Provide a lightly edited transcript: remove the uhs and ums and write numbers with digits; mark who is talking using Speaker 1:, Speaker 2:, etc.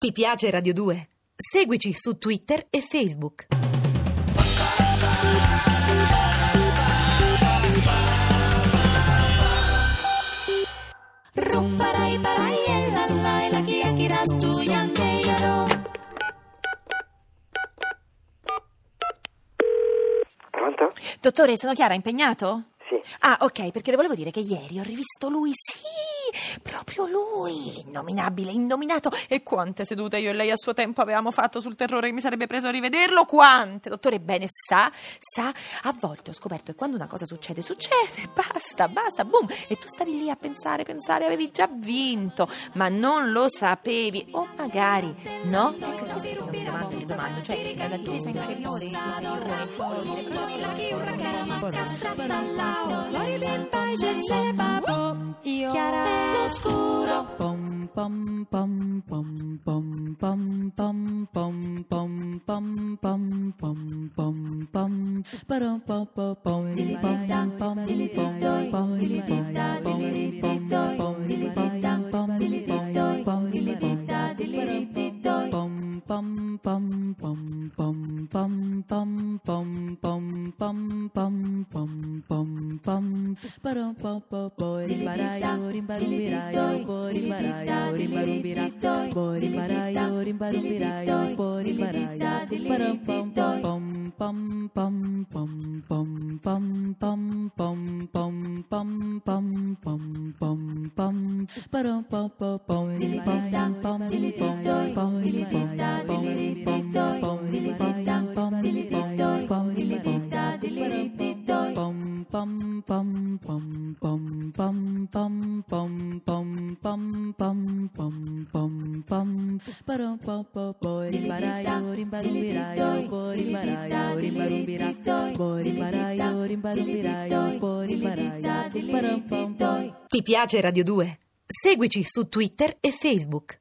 Speaker 1: Ti piace Radio 2? Seguici su Twitter e Facebook.
Speaker 2: Pronto?
Speaker 3: Dottore, sono Chiara, impegnato?
Speaker 2: Sì.
Speaker 3: Ah, ok, perché le volevo dire che ieri ho rivisto lui, sì, proprio lui, l'innominabile, innominato. E quante sedute io e lei a suo tempo avevamo fatto sul terrore che mi sarebbe preso a rivederlo, quante! Dottore, bene, sa, a volte ho scoperto che quando una cosa succede, basta, boom, e tu stavi lì a pensare, avevi già vinto, ma non lo sapevi, o magari, no? Ecco, questo è mi domando, cioè, è una difesa inferiore,
Speaker 4: Chiara l'oscuro.
Speaker 1: Ti piace Radio 2? Seguici su Twitter e Facebook.